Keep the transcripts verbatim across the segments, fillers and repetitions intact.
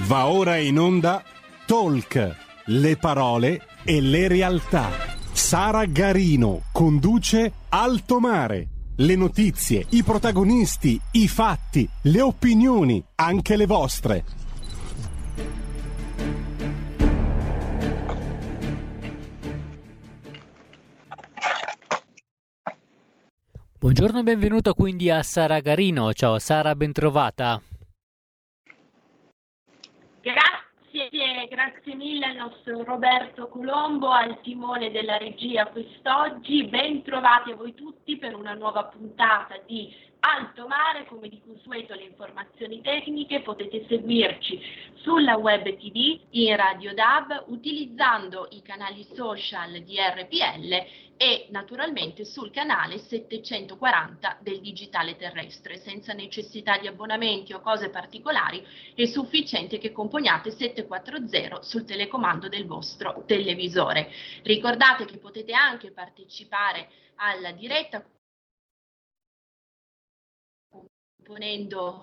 Va ora in onda Talk, le parole e le realtà. Sara Garino conduce Alto Mare. Le notizie, i protagonisti, i fatti, le opinioni, anche le vostre. Buongiorno e benvenuto quindi a Sara Garino. Ciao Sara, bentrovata. Grazie, grazie mille al nostro Roberto Colombo al timone della regia quest'oggi. Ben trovati a voi tutti per una nuova puntata di Alto Mare. Come di consueto le informazioni tecniche potete seguirci sulla web tivù, in Radio D A B, utilizzando i canali social di R P L e naturalmente sul canale settecentoquaranta del digitale terrestre. Senza necessità di abbonamenti o cose particolari, è sufficiente che componiate sette quattro zero sul telecomando del vostro televisore. Ricordate che potete anche partecipare alla diretta componendo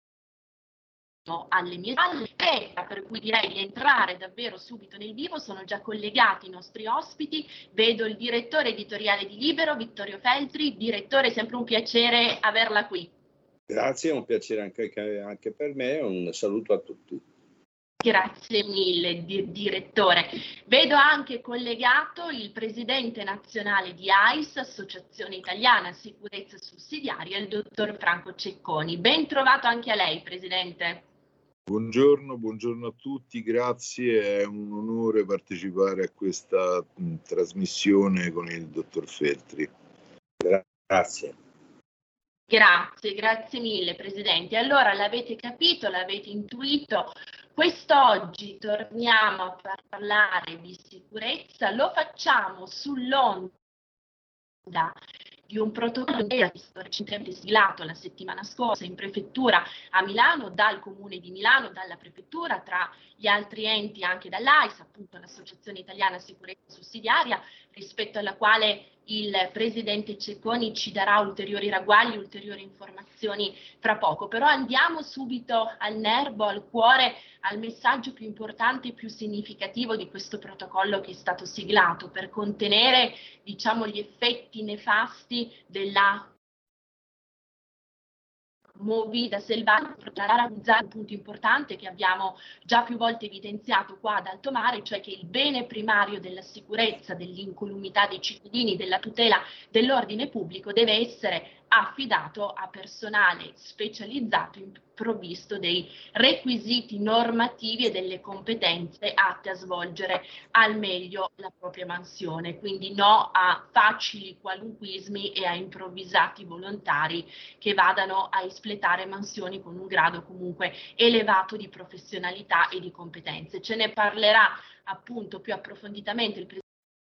alle mie spalle, per cui direi di entrare davvero subito nel vivo. Sono già collegati i nostri ospiti. Vedo il direttore editoriale di Libero, Vittorio Feltri. Direttore, sempre un piacere averla qui. Grazie, è un piacere anche, anche per me. Un saluto a tutti. Grazie mille, di, direttore. Vedo anche collegato il presidente nazionale di A I S, Associazione Italiana Sicurezza Sussidiaria, il dottor Franco Cecconi. Ben trovato anche a lei, presidente. Buongiorno, buongiorno a tutti, grazie, è un onore partecipare a questa mh, trasmissione con il dottor Feltri. Grazie. Grazie, grazie mille Presidente. Allora l'avete capito, l'avete intuito, quest'oggi torniamo a parlare di sicurezza, lo facciamo sull'onda di un protocollo che è stato recentemente siglato la settimana scorsa in prefettura a Milano dal Comune di Milano, dalla prefettura, tra gli altri enti anche dall'A I S, appunto l'Associazione Italiana Sicurezza Sussidiaria, rispetto alla quale il presidente Cecconi ci darà ulteriori ragguagli, ulteriori informazioni fra poco. Però andiamo subito al nervo, al cuore, al messaggio più importante e più significativo di questo protocollo che è stato siglato per contenere, diciamo, gli effetti nefasti della movida selvatica. Un punto importante che abbiamo già più volte evidenziato qua ad Alto Mare, cioè che il bene primario della sicurezza, dell'incolumità dei cittadini, della tutela dell'ordine pubblico deve essere affidato a personale specializzato provvisto dei requisiti normativi e delle competenze atte a svolgere al meglio la propria mansione, quindi no a facili qualunquismi e a improvvisati volontari che vadano a espletare mansioni con un grado comunque elevato di professionalità e di competenze. Ce ne parlerà appunto più approfonditamente il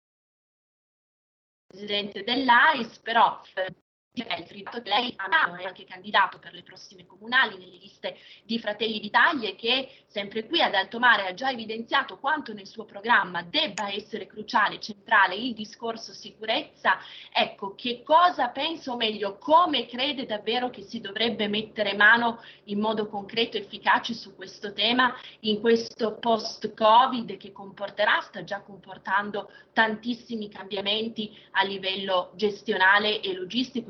presidente dell'A I S, però lei è anche candidato per le prossime comunali nelle liste di Fratelli d'Italia, che sempre qui ad Alto Mare ha già evidenziato quanto nel suo programma debba essere cruciale, centrale il discorso sicurezza. Ecco, che cosa pensa, o meglio, come crede davvero che si dovrebbe mettere mano in modo concreto e efficace su questo tema in questo post-Covid che comporterà, sta già comportando tantissimi cambiamenti a livello gestionale e logistico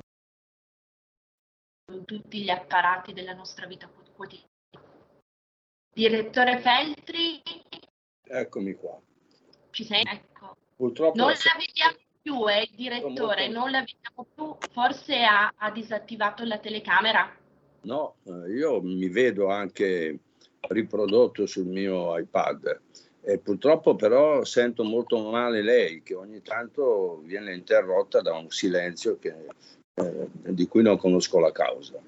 in tutti gli apparati della nostra vita quotidiana. Direttore Feltri? Eccomi qua. Ci sei? Ecco. Purtroppo non la vediamo più, eh, il direttore, molto... non la vediamo più, forse ha, ha disattivato la telecamera? No, io mi vedo anche riprodotto sul mio iPad e purtroppo però sento molto male lei, che ogni tanto viene interrotta da un silenzio che Eh, di cui non conosco la causa.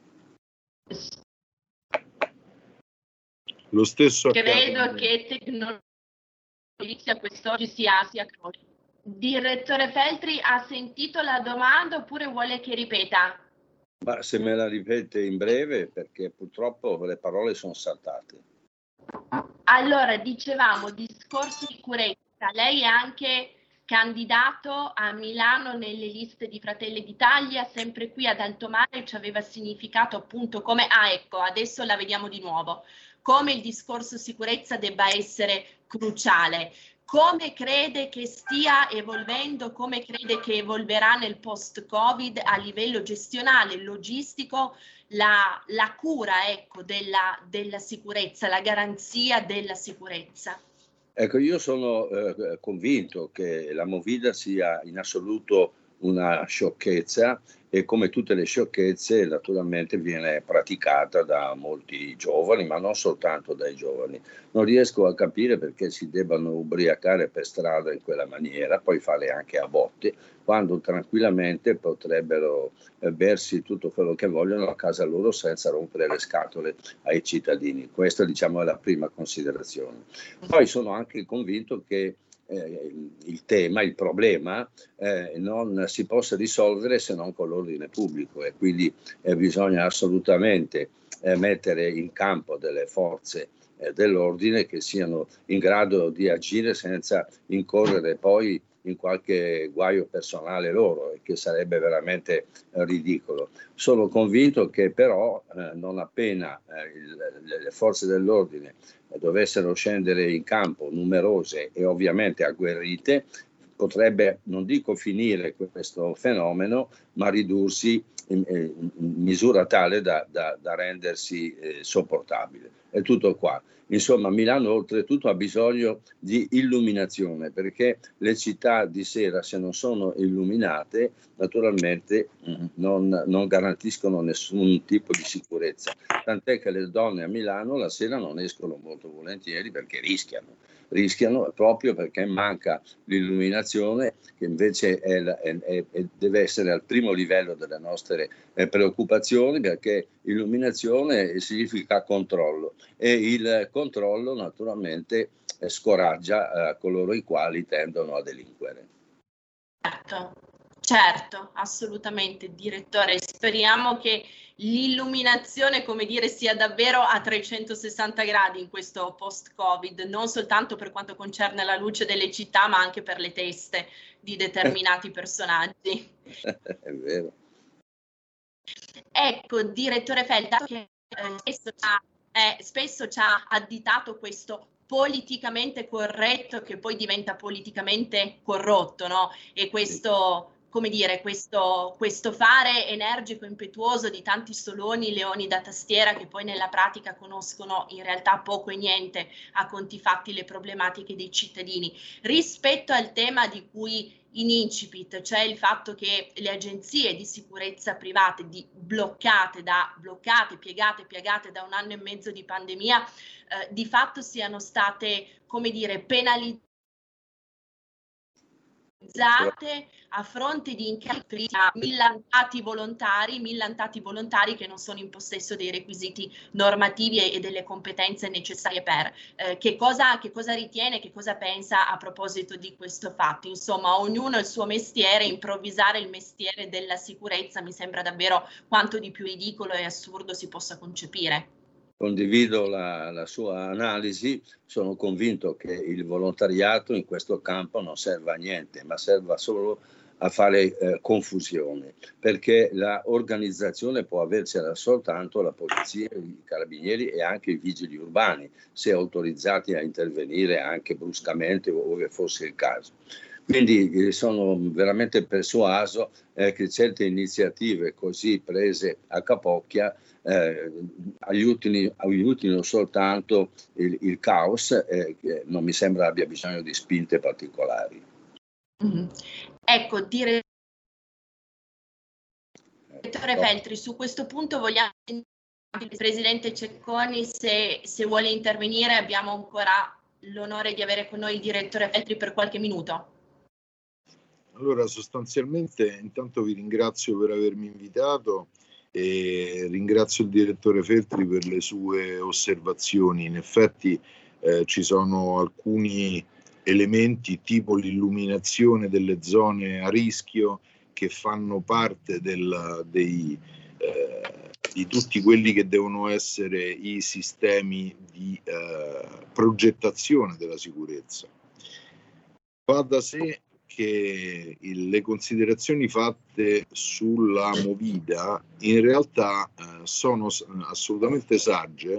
Lo stesso credo che tecnologia quest'oggi sia, sia croce. Direttore Feltri, ha sentito la domanda oppure vuole che ripeta? Ma se me la ripete in breve, perché purtroppo le parole sono saltate. Allora, dicevamo discorso di sicurezza, lei è anche candidato a Milano nelle liste di Fratelli d'Italia, sempre qui ad Alto Mare, ci aveva significato appunto come, ah ecco, adesso la vediamo di nuovo, come il discorso sicurezza debba essere cruciale. Come crede che stia evolvendo, come crede che evolverà nel post-Covid a livello gestionale, logistico, la, la cura, ecco, della, della sicurezza, la garanzia della sicurezza? Ecco, io sono eh, convinto che la Movida sia in assoluto una sciocchezza e come tutte le sciocchezze naturalmente viene praticata da molti giovani, ma non soltanto dai giovani. Non riesco a capire perché si debbano ubriacare per strada in quella maniera, poi fare anche a botte, quando tranquillamente potrebbero eh, bersi tutto quello che vogliono a casa loro senza rompere le scatole ai cittadini. Questa, diciamo, è la prima considerazione. Poi sono anche convinto che Eh, il tema, il problema eh, non si possa risolvere se non con l'ordine pubblico e quindi eh, bisogna assolutamente eh, mettere in campo delle forze eh, dell'ordine che siano in grado di agire senza incorrere poi in qualche guaio personale loro, che sarebbe veramente eh, ridicolo. Sono convinto che però eh, non appena eh, il, le forze dell'ordine dovessero scendere in campo numerose e ovviamente agguerrite, potrebbe, non dico finire questo fenomeno, ma ridursi in, in misura tale da, da, da rendersi eh, sopportabile. È tutto qua. Insomma, Milano oltretutto ha bisogno di illuminazione, perché le città di sera, se non sono illuminate, naturalmente mh, non, non garantiscono nessun tipo di sicurezza. Tant'è che le donne a Milano la sera non escono molto volentieri perché rischiano. Rischiano proprio perché manca l'illuminazione, che invece è, è, è, deve essere al primo livello delle nostre eh, preoccupazioni, perché illuminazione significa controllo e il controllo naturalmente eh, scoraggia eh, coloro i quali tendono a delinquere. Certo, certo, assolutamente, direttore. Speriamo che l'illuminazione, come dire, sia davvero a trecentosessanta gradi in questo post-Covid, non soltanto per quanto concerne la luce delle città, ma anche per le teste di determinati personaggi. È vero. Ecco, direttore Felda, che eh, spesso, ci ha, eh, spesso ci ha additato questo politicamente corretto che poi diventa politicamente corrotto, no? E questo, come dire, questo, questo fare energico, impetuoso di tanti Soloni, Leoni da tastiera che poi nella pratica conoscono in realtà poco e niente a conti fatti le problematiche dei cittadini. Rispetto al tema di cui in incipit, cioè il fatto che le agenzie di sicurezza private di bloccate, da, bloccate, piegate, piegate da un anno e mezzo di pandemia, eh, di fatto siano state, come dire, penalizzate a fronte di incarichi a millantati volontari, millantati volontari che non sono in possesso dei requisiti normativi e delle competenze necessarie per. Eh, che cosa, che cosa ritiene, che cosa pensa a proposito di questo fatto? Insomma, ognuno il suo mestiere, improvvisare il mestiere della sicurezza mi sembra davvero quanto di più ridicolo e assurdo si possa concepire. Condivido la, la sua analisi, sono convinto che il volontariato in questo campo non serva a niente, ma serva solo a fare eh, confusione, perché l'organizzazione può avercela soltanto la polizia, i carabinieri e anche i vigili urbani, se autorizzati a intervenire anche bruscamente ove fosse il caso. Quindi eh, sono veramente persuaso eh, che certe iniziative così prese a capocchia eh, aiutino, aiutino soltanto il, il caos, eh, che non mi sembra abbia bisogno di spinte particolari. Mm-hmm. Ecco, direttore ecco. Feltri, su questo punto vogliamo il Presidente Cecconi se, se vuole intervenire. Abbiamo ancora l'onore di avere con noi il direttore Feltri per qualche minuto. Allora, sostanzialmente intanto vi ringrazio per avermi invitato e ringrazio il direttore Feltri per le sue osservazioni. In effetti eh, ci sono alcuni elementi tipo l'illuminazione delle zone a rischio che fanno parte del, dei, eh, di tutti quelli che devono essere i sistemi di eh, progettazione della sicurezza. Va da sé che il, le considerazioni fatte sulla Movida in realtà eh, sono assolutamente sagge,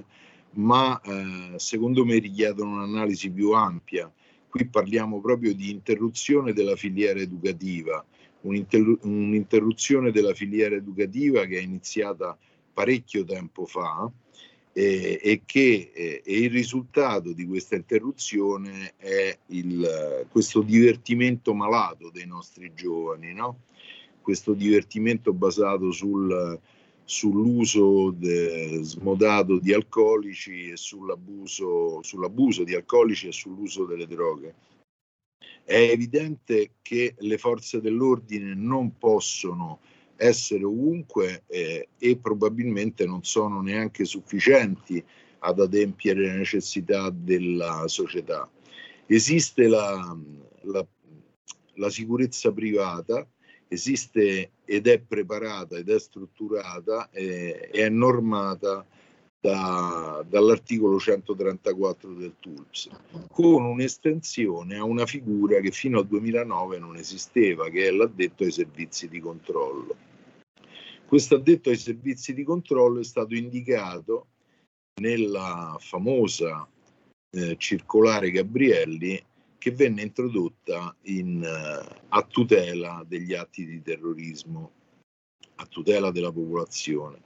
ma eh, secondo me richiedono un'analisi più ampia. Qui parliamo proprio di interruzione della filiera educativa, un'inter- un'interruzione della filiera educativa che è iniziata parecchio tempo fa eh, e che eh, e il risultato di questa interruzione è il, questo divertimento malato dei nostri giovani, no? Questo divertimento basato sul sull'uso de, smodato di alcolici e sull'abuso, sull'abuso di alcolici e sull'uso delle droghe. È evidente che le forze dell'ordine non possono essere ovunque eh, e probabilmente non sono neanche sufficienti ad adempiere le necessità della società. Esiste la, la, la sicurezza privata, esiste ed è preparata ed è strutturata e è normata da, dall'articolo centotrentaquattro del T U L P S, con un'estensione a una figura che fino al duemilanove non esisteva, che è l'addetto ai servizi di controllo. Questo addetto ai servizi di controllo è stato indicato nella famosa eh, circolare Gabrielli, che venne introdotta in, uh, a tutela degli atti di terrorismo, a tutela della popolazione.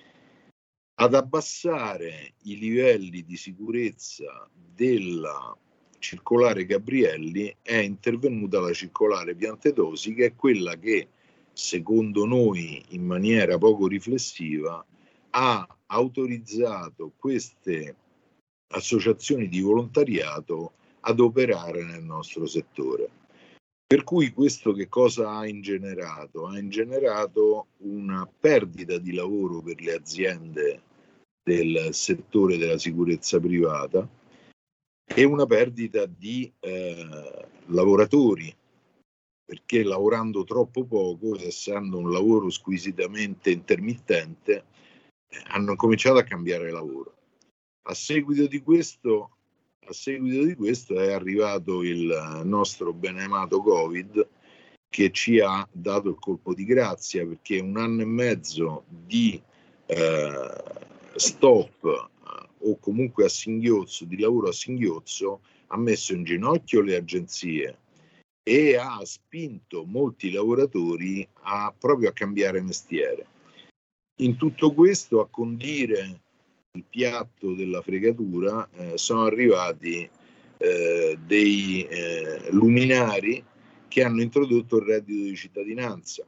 Ad abbassare i livelli di sicurezza della circolare Gabrielli è intervenuta la circolare Piantedosi, che è quella che, secondo noi, in maniera poco riflessiva, ha autorizzato queste associazioni di volontariato ad operare nel nostro settore. Per cui questo che cosa ha ingenerato? Ha ingenerato una perdita di lavoro per le aziende del settore della sicurezza privata e una perdita di eh, lavoratori, perché lavorando troppo poco, essendo un lavoro squisitamente intermittente, eh, hanno cominciato a cambiare lavoro. A seguito di questo A seguito di questo è arrivato il nostro beneamato Covid, che ci ha dato il colpo di grazia, perché un anno e mezzo di eh, stop eh, o comunque a singhiozzo, di lavoro a singhiozzo, ha messo in ginocchio le agenzie e ha spinto molti lavoratori a proprio a cambiare mestiere. In tutto questo, a condire il piatto della fregatura, eh, sono arrivati eh, dei eh, luminari che hanno introdotto il reddito di cittadinanza.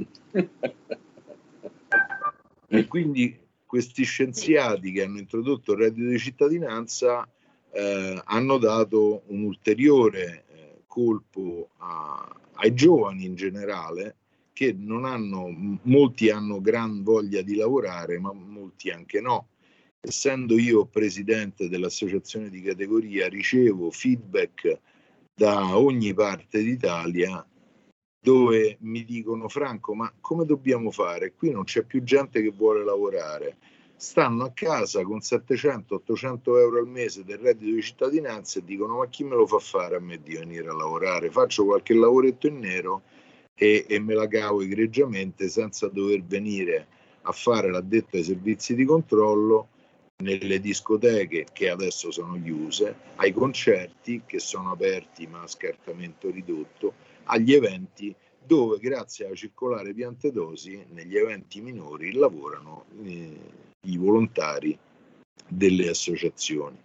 E quindi questi scienziati che hanno introdotto il reddito di cittadinanza eh, hanno dato un ulteriore eh, colpo a, ai giovani in generale, che non hanno, molti hanno gran voglia di lavorare, ma molti anche no. Essendo io presidente dell'associazione di categoria, ricevo feedback da ogni parte d'Italia dove mi dicono: Franco, ma come dobbiamo fare? Qui non c'è più gente che vuole lavorare. Stanno a casa con settecento ottocento euro al mese del reddito di cittadinanza e dicono: ma chi me lo fa fare a me di venire a lavorare? Faccio qualche lavoretto in nero e, e me la cavo egregiamente senza dover venire a fare l'addetto ai servizi di controllo nelle discoteche che adesso sono chiuse, ai concerti che sono aperti ma a scartamento ridotto, agli eventi dove grazie alla circolare Piantedosi negli eventi minori lavorano eh, i volontari delle associazioni.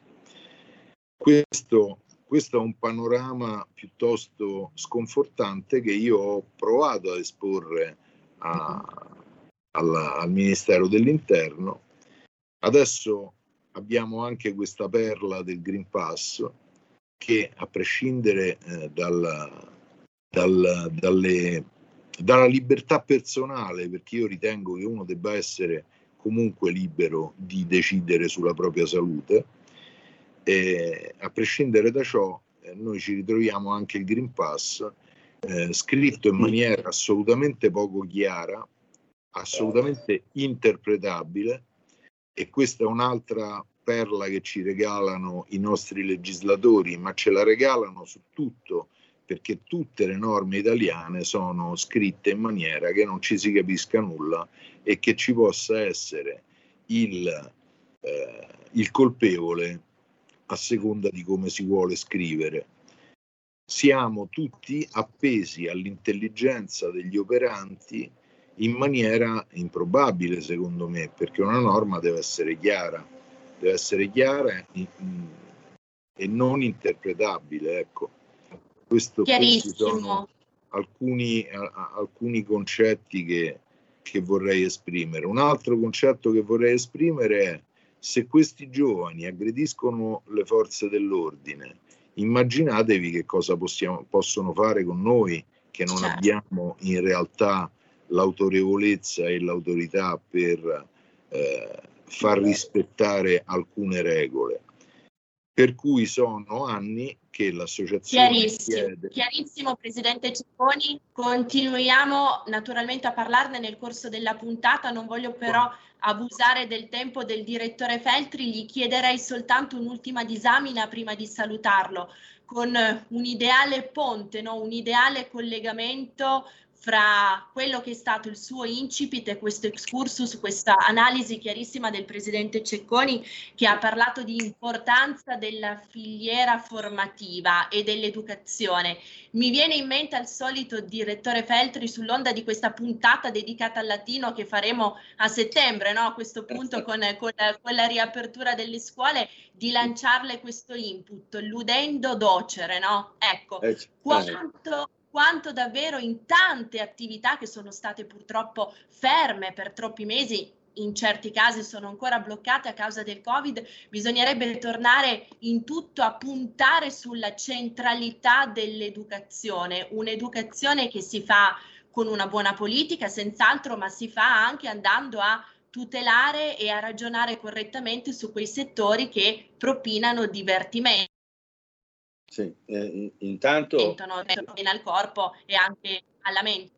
Questo, questo è un panorama piuttosto sconfortante che io ho provato a esporre a, alla, al Ministero dell'Interno. Adesso abbiamo anche questa perla del Green Pass che, a prescindere eh, dal, dal, dalle, dalla libertà personale, perché io ritengo che uno debba essere comunque libero di decidere sulla propria salute, e a prescindere da ciò eh, noi ci ritroviamo anche il Green Pass eh, scritto in maniera assolutamente poco chiara, assolutamente interpretabile. E questa è un'altra perla che ci regalano i nostri legislatori, ma ce la regalano su tutto, perché tutte le norme italiane sono scritte in maniera che non ci si capisca nulla e che ci possa essere il eh, il colpevole a seconda di come si vuole scrivere. Siamo tutti appesi all'intelligenza degli operanti in maniera improbabile, secondo me, perché una norma deve essere chiara, deve essere chiara e, e non interpretabile. Ecco, questo, questi sono alcuni, a, alcuni concetti che, che vorrei esprimere. Un altro concetto che vorrei esprimere è: se questi giovani aggrediscono le forze dell'ordine, immaginatevi che cosa possiamo, possono fare con noi che non certo. abbiamo in realtà l'autorevolezza e l'autorità per eh, far rispettare alcune regole. Per cui sono anni che l'associazione chiarissimo, chiede... chiarissimo Presidente Cecconi, continuiamo naturalmente a parlarne nel corso della puntata, non voglio però abusare del tempo del direttore Feltri, gli chiederei soltanto un'ultima disamina prima di salutarlo, con un ideale ponte, no? Un ideale collegamento fra quello che è stato il suo incipit e questo excursus, questa analisi chiarissima del Presidente Cecconi, che ha parlato di importanza della filiera formativa e dell'educazione. Mi viene in mente al solito direttore Feltri, sull'onda di questa puntata dedicata al latino che faremo a settembre, no? A questo punto con, con, con la riapertura delle scuole, di lanciarle questo input, ludendo docere, no? Ecco, quanto... quanto davvero in tante attività che sono state purtroppo ferme per troppi mesi, in certi casi sono ancora bloccate a causa del Covid, bisognerebbe tornare in tutto a puntare sulla centralità dell'educazione, un'educazione che si fa con una buona politica, senz'altro, ma si fa anche andando a tutelare e a ragionare correttamente su quei settori che propinano divertimento. Sì, eh, intanto no? Al corpo e anche alla mente.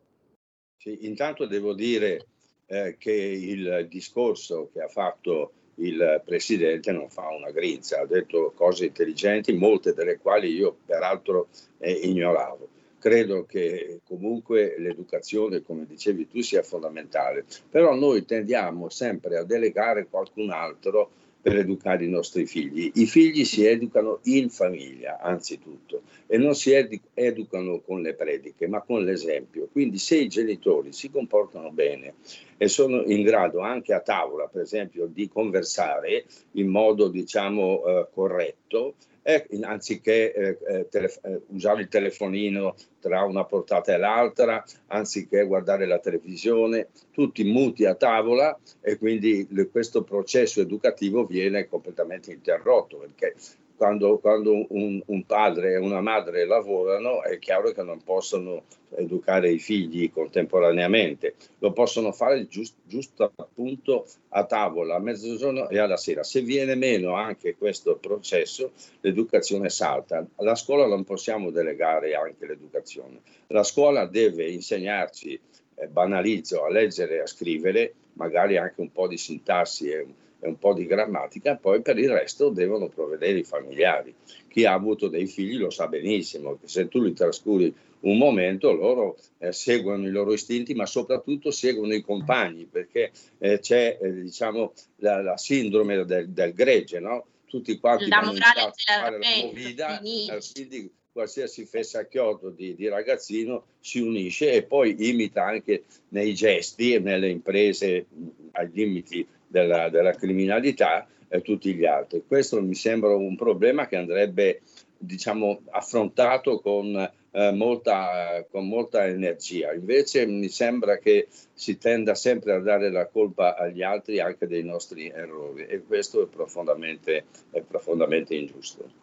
Sì, intanto devo dire eh, che il discorso che ha fatto il Presidente non fa una grinza, ha detto cose intelligenti, molte delle quali io peraltro eh, ignoravo. Credo che comunque l'educazione, come dicevi tu, sia fondamentale, però noi tendiamo sempre a delegare qualcun altro per educare i nostri figli. I figli si educano in famiglia, anzitutto, e non si edu- educano con le prediche, ma con l'esempio. Quindi se i genitori si comportano bene e sono in grado anche a tavola, per esempio, di conversare in modo, diciamo, eh, corretto, eh, anziché eh, eh, tele- eh, usare il telefonino tra una portata e l'altra, anziché guardare la televisione, tutti muti a tavola, e quindi le, questo processo educativo viene completamente interrotto, perché quando, quando un, un padre e una madre lavorano è chiaro che non possono educare i figli contemporaneamente, lo possono fare giusto, giusto appunto a tavola, a mezzogiorno e alla sera. Se viene meno anche questo processo, l'educazione salta. Alla scuola non possiamo delegare anche l'educazione. La scuola deve insegnarci, eh, banalizzo, a leggere e a scrivere, magari anche un po' di sintassi e, e un po' di grammatica, poi per il resto devono provvedere i familiari. Chi ha avuto dei figli lo sa benissimo, che se tu li trascuri un momento, loro eh, seguono i loro istinti, ma soprattutto seguono i compagni, perché eh, c'è eh, diciamo la, la sindrome del, del gregge, no? Tutti quanti la vanno in morale a fare la movida, quindi qualsiasi fessacchiotto di, di ragazzino si unisce e poi imita anche nei gesti e nelle imprese ai limiti della, della criminalità eh, tutti gli altri. Questo mi sembra un problema che andrebbe, diciamo, affrontato con, eh, molta, con molta energia. Invece mi sembra che si tenda sempre a dare la colpa agli altri anche dei nostri errori, e questo è profondamente, è profondamente ingiusto.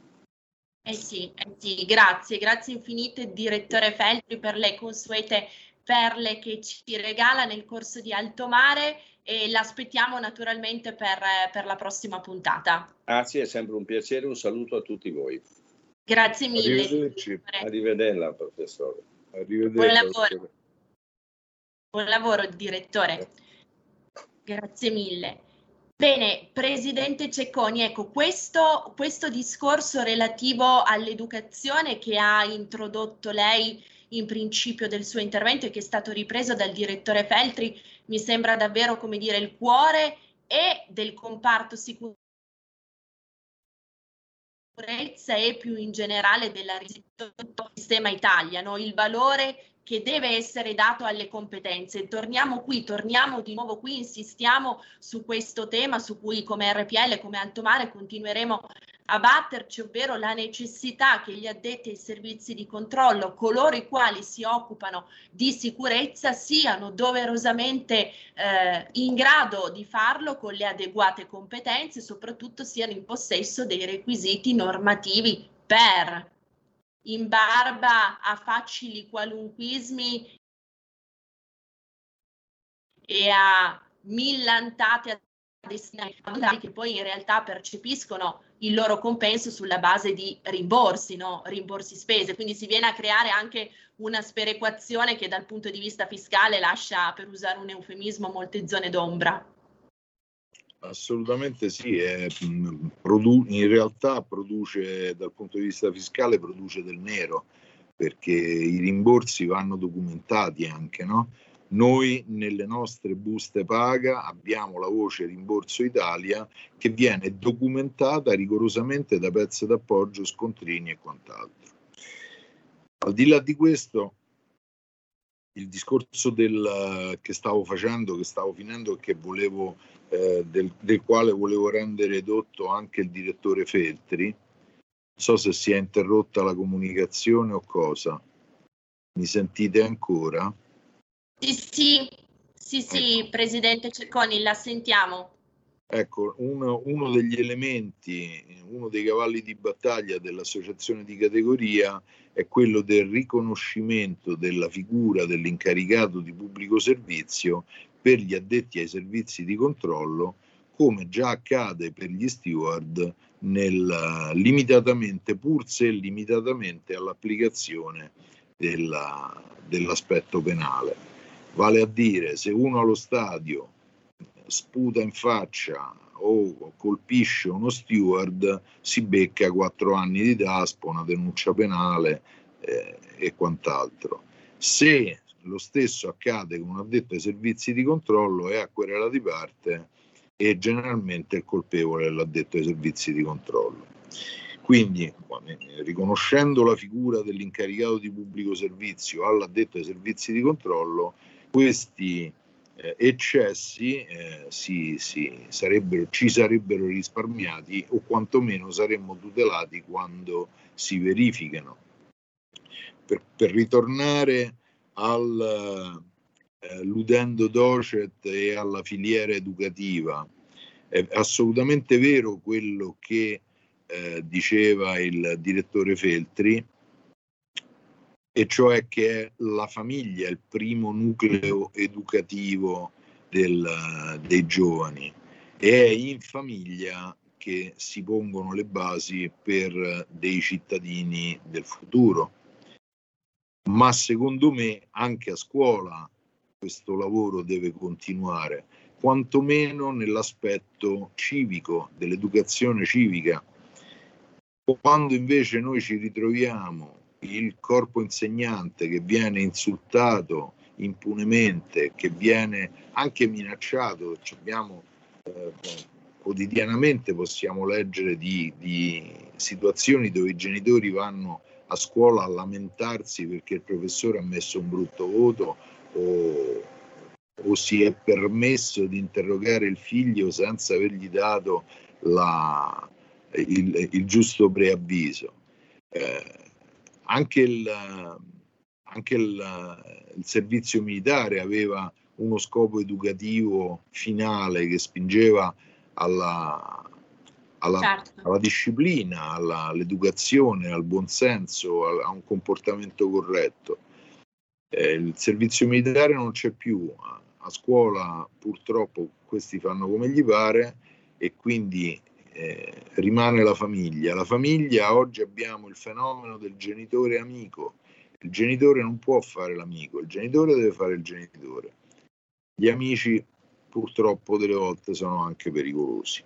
Eh sì, eh sì, grazie, grazie infinite direttore Feltri per le consuete perle che ci regala nel corso di Alto Mare, e l'aspettiamo naturalmente per, per la prossima puntata. Grazie, è sempre un piacere, un saluto a tutti voi. Grazie mille. Arrivederci. Arrivederla, professore. Arrivederci. Buon lavoro. Buon lavoro, direttore. Grazie mille. Bene, Presidente Cecconi, ecco, questo, questo discorso relativo all'educazione che ha introdotto lei in principio del suo intervento e che è stato ripreso dal direttore Feltri mi sembra davvero, come dire, il cuore e del comparto sicurezza e più in generale della del sistema Italia, no? Il valore che deve essere dato alle competenze. Torniamo qui, torniamo di nuovo qui, insistiamo su questo tema su cui come R P L, come Alto Mare continueremo a batterci, ovvero la necessità che gli addetti ai servizi di controllo, coloro i quali si occupano di sicurezza, siano doverosamente eh, in grado di farlo con le adeguate competenze e soprattutto siano in possesso dei requisiti normativi per, in barba a facili qualunquismi e a millantate destinati che poi in realtà percepiscono il loro compenso sulla base di rimborsi, no? Rimborsi spese, quindi si viene a creare anche una sperequazione che dal punto di vista fiscale lascia, per usare un eufemismo, molte zone d'ombra. Assolutamente sì, è, produ- in realtà produce, dal punto di vista fiscale, produce del nero, perché i rimborsi vanno documentati anche, no? Noi nelle nostre buste paga abbiamo la voce Rimborso Italia che viene documentata rigorosamente da pezzi d'appoggio, scontrini e quant'altro. Al di là di questo, il discorso del, che stavo facendo, che stavo finendo e che volevo, eh, del, del quale volevo rendere edotto anche il direttore Feltri, non so se si è interrotta la comunicazione o cosa. Mi sentite ancora? Sì, sì, sì, sì, Ecco. Presidente Cecconi, la sentiamo. Ecco, uno, uno degli elementi, uno dei cavalli di battaglia dell'associazione di categoria è quello del riconoscimento della figura dell'incaricato di pubblico servizio per gli addetti ai servizi di controllo, come già accade per gli steward, nel, limitatamente, pur se limitatamente all'applicazione della, dell'aspetto penale. Vale a dire, se uno allo stadio sputa in faccia o colpisce uno steward, si becca quattro anni di daspo, una denuncia penale eh, e quant'altro. Se lo stesso accade con un addetto ai servizi di controllo, è a querela di parte e generalmente il colpevole è l'addetto ai servizi di controllo. Quindi, riconoscendo la figura dell'incaricato di pubblico servizio all'addetto ai servizi di controllo, questi eh, eccessi eh, si, si sarebbero, ci sarebbero risparmiati o quantomeno saremmo tutelati quando si verificano. Per, per ritornare al eh, ludendo docet e alla filiera educativa, è assolutamente vero quello che eh, diceva il direttore Feltri, e cioè che la famiglia è il primo nucleo educativo del, dei giovani, e è in famiglia che si pongono le basi per dei cittadini del futuro. Ma secondo me anche a scuola questo lavoro deve continuare, quantomeno nell'aspetto civico, dell'educazione civica. Quando invece noi ci ritroviamo il corpo insegnante che viene insultato impunemente, che viene anche minacciato, abbiamo, eh, quotidianamente possiamo leggere di, di situazioni dove i genitori vanno a scuola a lamentarsi perché il professore ha messo un brutto voto o, o si è permesso di interrogare il figlio senza avergli dato la, il, il giusto preavviso. Eh, Anche, il, anche il, il servizio militare aveva uno scopo educativo finale che spingeva alla, alla, certo. alla disciplina, alla, all'educazione, al buonsenso, a, a un comportamento corretto. Eh, il servizio militare non c'è più, a, a scuola purtroppo questi fanno come gli pare e quindi Eh, rimane la famiglia. La famiglia, oggi abbiamo il fenomeno del genitore amico. Il genitore non può fare l'amico, il genitore deve fare il genitore. Gli amici purtroppo delle volte sono anche pericolosi.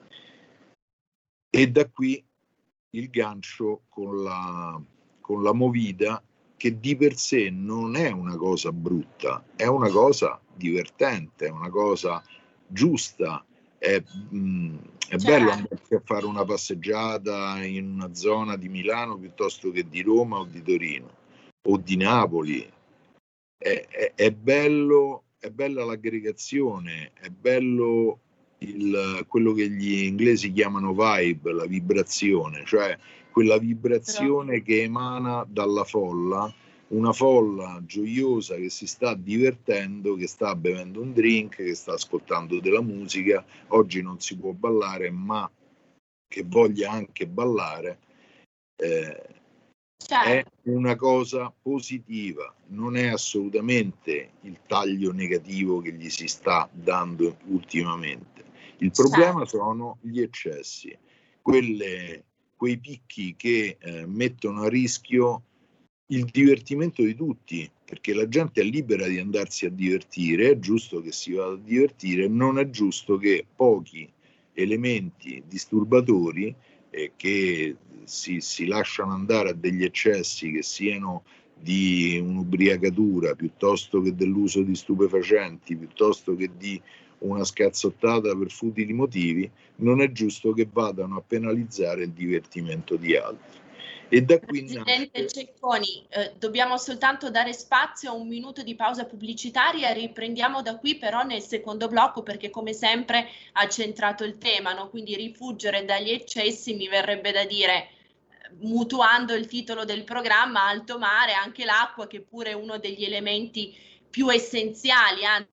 E da qui il gancio con la, con la movida, che di per sé non è una cosa brutta, è una cosa divertente, è una cosa giusta. è, mh, è Certo. bello andarsi a fare una passeggiata in una zona di Milano piuttosto che di Roma o di Torino o di Napoli. È, è, è bello, è bella l'aggregazione, è bello il, quello che gli inglesi chiamano vibe, la vibrazione, cioè quella vibrazione che emana dalla folla, una folla gioiosa che si sta divertendo, che sta bevendo un drink, che sta ascoltando della musica. Oggi non si può ballare, ma che voglia anche ballare. Eh, Certo. È una cosa positiva, non è assolutamente il taglio negativo che gli si sta dando ultimamente. Il problema Certo. sono gli eccessi, quelle, quei picchi che eh, mettono a rischio il divertimento di tutti, perché la gente è libera di andarsi a divertire, è giusto che si vada a divertire, non è giusto che pochi elementi disturbatori eh, che si, si lasciano andare a degli eccessi, che siano di un'ubriacatura piuttosto che dell'uso di stupefacenti, piuttosto che di una scazzottata per futili motivi, non è giusto che vadano a penalizzare il divertimento di altri. E da qui Presidente nasce... Cecconi, eh, dobbiamo soltanto dare spazio a un minuto di pausa pubblicitaria, riprendiamo da qui però nel secondo blocco, perché come sempre ha centrato il tema, no? Quindi rifuggire dagli eccessi, mi verrebbe da dire, mutuando il titolo del programma, alto mare, anche l'acqua, che pure è uno degli elementi più essenziali, anzi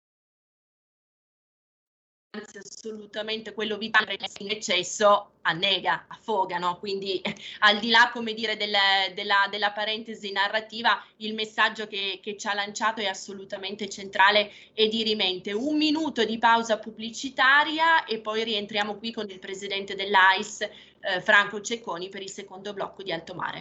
assolutamente quello vitale, in eccesso annega, affoga, no? Quindi al di là, come dire, del, della, della parentesi narrativa, il messaggio che, che ci ha lanciato è assolutamente centrale e dirimente. Un minuto di pausa pubblicitaria e poi rientriamo qui con il presidente dell'A I S, eh, Franco Cecconi, per il secondo blocco di Alto Mare.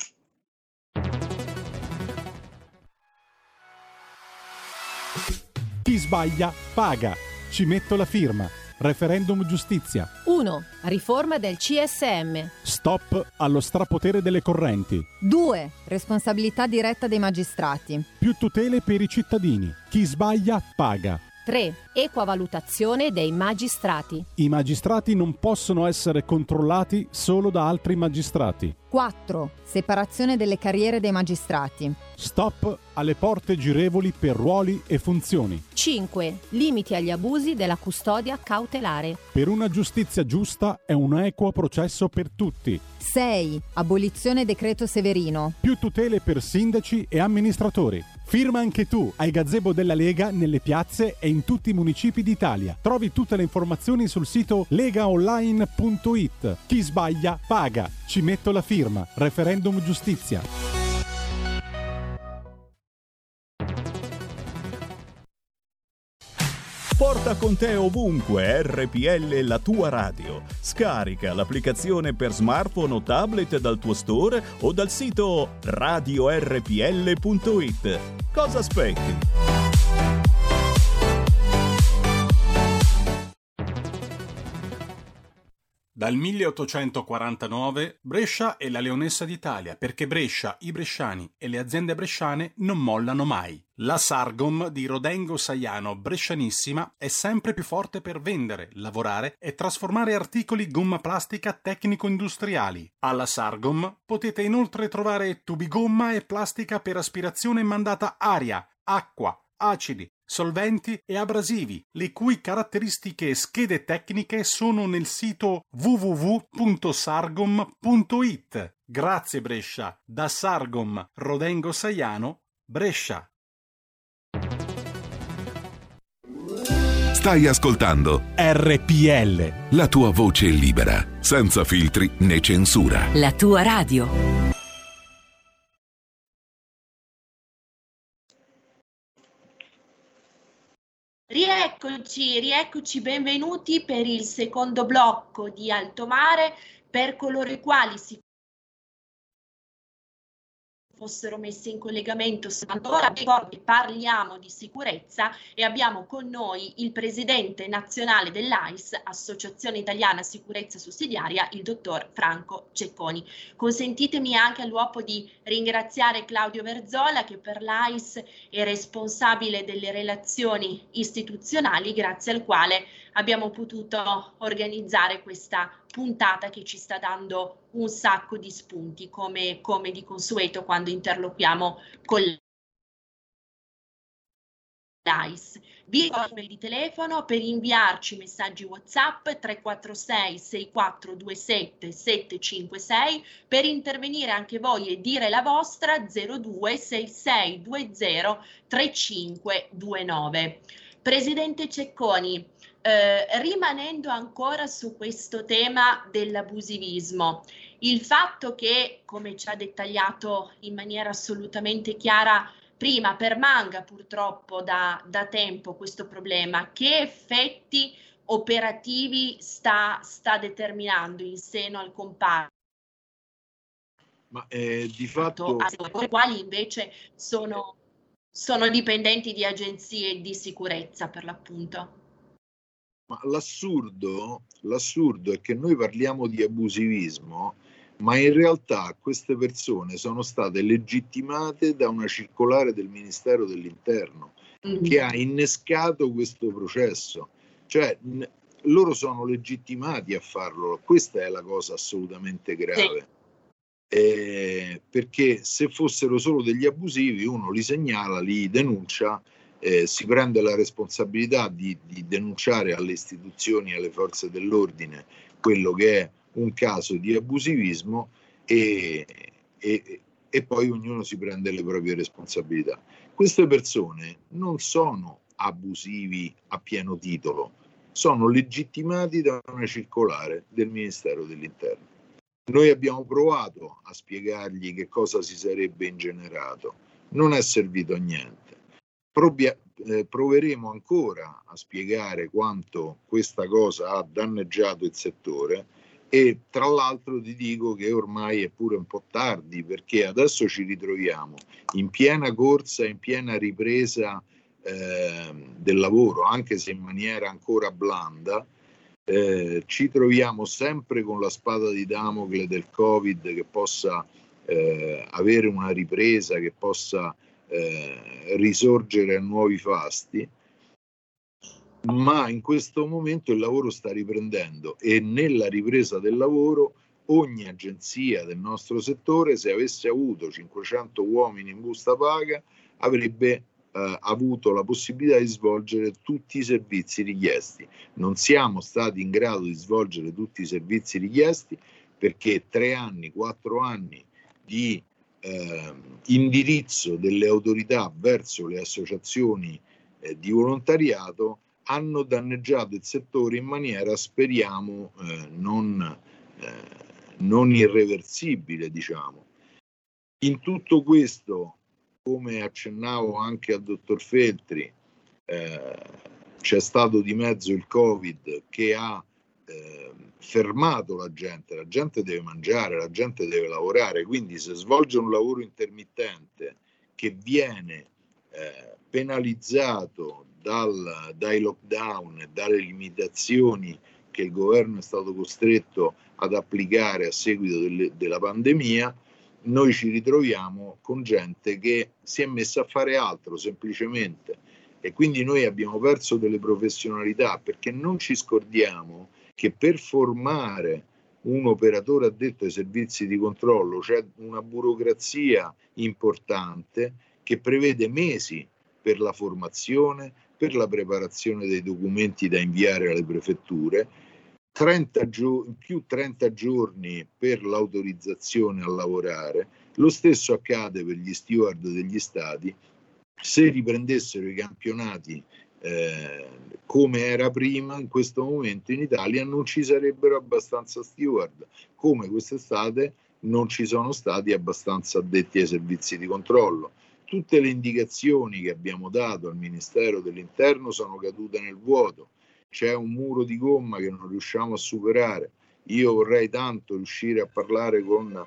Chi sbaglia paga. Ci metto la firma. Referendum giustizia. uno. Riforma del C S M. Stop allo strapotere delle correnti. due. Responsabilità diretta dei magistrati. Più tutele per i cittadini. Chi sbaglia paga. tre. Equa valutazione dei magistrati. I magistrati non possono essere controllati solo da altri magistrati. quattro. Separazione delle carriere dei magistrati. Stop alle porte girevoli per ruoli e funzioni. cinque. Limiti agli abusi della custodia cautelare. Per una giustizia giusta e un equo processo per tutti. sei. Abolizione decreto Severino. Più tutele per sindaci e amministratori. Firma anche tu ai gazebo della Lega nelle piazze e in tutti i municipi d'Italia. Trovi tutte le informazioni sul sito legaonline punto it. Chi sbaglia paga. Ci metto la firma. Referendum giustizia. Porta con te ovunque R P L, la tua radio. Scarica l'applicazione per smartphone o tablet dal tuo store o dal sito radio erre pi elle punto it. Cosa aspetti? Dal milleottocentoquarantanove Brescia è la leonessa d'Italia, perché Brescia, i bresciani e le aziende bresciane non mollano mai. La Sargom di Rodengo Saiano Brescianissima è sempre più forte per vendere, lavorare e trasformare articoli gomma plastica tecnico-industriali. Alla Sargom potete inoltre trovare tubi gomma e plastica per aspirazione mandata aria, acqua, acidi, solventi e abrasivi, le cui caratteristiche e schede tecniche sono nel sito w w w punto sargom punto it. Grazie Brescia, da Sargom Rodengo Saiano, Brescia. Stai ascoltando R P L, la tua voce libera, senza filtri né censura. La tua radio. Rieccoci, rieccoci, benvenuti per il secondo blocco di Alto Mare. Per coloro i quali si fossero messi in collegamento. Ora ricordo, parliamo di sicurezza e abbiamo con noi il presidente nazionale dell'A I S, Associazione Italiana Sicurezza Sussidiaria, il dottor Franco Cecconi. Consentitemi anche all'uopo di ringraziare Claudio Verzola, che per l'A I S è responsabile delle relazioni istituzionali, grazie al quale abbiamo potuto organizzare questa puntata che ci sta dando un sacco di spunti, come, come di consueto quando interloquiamo con l'A I S. Vi ricordo il telefono per inviarci messaggi WhatsApp tre quattro sei sei quattro due sette sette cinque sei, per intervenire anche voi e dire la vostra zero due sei sei due zero tre cinque due nove. Presidente Cecconi, eh, rimanendo ancora su questo tema dell'abusivismo, il fatto che, come ci ha dettagliato in maniera assolutamente chiara prima, permanga purtroppo da, da tempo questo problema, che effetti operativi sta, sta determinando in seno al comparto? Ma eh, di fatto... I quali invece sono, sono dipendenti di agenzie di sicurezza, per l'appunto. Ma l'assurdo, l'assurdo è che noi parliamo di abusivismo, ma in realtà queste persone sono state legittimate da una circolare del Ministero dell'Interno mm-hmm. che ha innescato questo processo. Cioè, n- loro sono legittimati a farlo. Questa è la cosa assolutamente grave. Sì. Eh, perché se fossero solo degli abusivi, uno li segnala, li denuncia, eh, si prende la responsabilità di, di denunciare alle istituzioni e alle forze dell'ordine quello che è un caso di abusivismo e, e, e poi ognuno si prende le proprie responsabilità. Queste persone non sono abusivi a pieno titolo, sono legittimati da una circolare del Ministero dell'Interno. Noi abbiamo provato a spiegargli che cosa si sarebbe ingenerato, non è servito a niente. Probia, eh, proveremo ancora a spiegare quanto questa cosa ha danneggiato il settore e tra l'altro ti dico che ormai è pure un po' tardi, perché adesso ci ritroviamo in piena corsa, in piena ripresa eh, del lavoro, anche se in maniera ancora blanda. Eh, ci troviamo sempre con la spada di Damocle del Covid che possa eh, avere una ripresa, che possa eh, risorgere a nuovi fasti, ma in questo momento il lavoro sta riprendendo e nella ripresa del lavoro ogni agenzia del nostro settore, se avesse avuto cinquecento uomini in busta paga, avrebbe eh, avuto la possibilità di svolgere tutti i servizi richiesti. Non siamo stati in grado di svolgere tutti i servizi richiesti perché tre anni, quattro anni di eh, indirizzo delle autorità verso le associazioni eh, di volontariato hanno danneggiato il settore in maniera, speriamo, eh, non, eh, non irreversibile, diciamo. In tutto questo, come accennavo anche al dottor Feltri, eh, c'è stato di mezzo il Covid che ha eh, fermato la gente. La gente deve mangiare, la gente deve lavorare, quindi se svolge un lavoro intermittente che viene eh, penalizzato dal, dai lockdown e dalle limitazioni che il governo è stato costretto ad applicare a seguito delle, della pandemia, noi ci ritroviamo con gente che si è messa a fare altro semplicemente, e quindi noi abbiamo perso delle professionalità, perché non ci scordiamo che per formare un operatore addetto ai servizi di controllo c'è una burocrazia importante che prevede mesi per la formazione, per la preparazione dei documenti da inviare alle prefetture, trenta giorni, più trenta giorni per l'autorizzazione a lavorare. Lo stesso accade per gli steward degli stati. Se riprendessero i campionati eh, come era prima, in questo momento in Italia non ci sarebbero abbastanza steward, come quest'estate non ci sono stati abbastanza addetti ai servizi di controllo. Tutte le indicazioni che abbiamo dato al Ministero dell'Interno sono cadute nel vuoto. C'è un muro di gomma che non riusciamo a superare. Io vorrei tanto riuscire a parlare con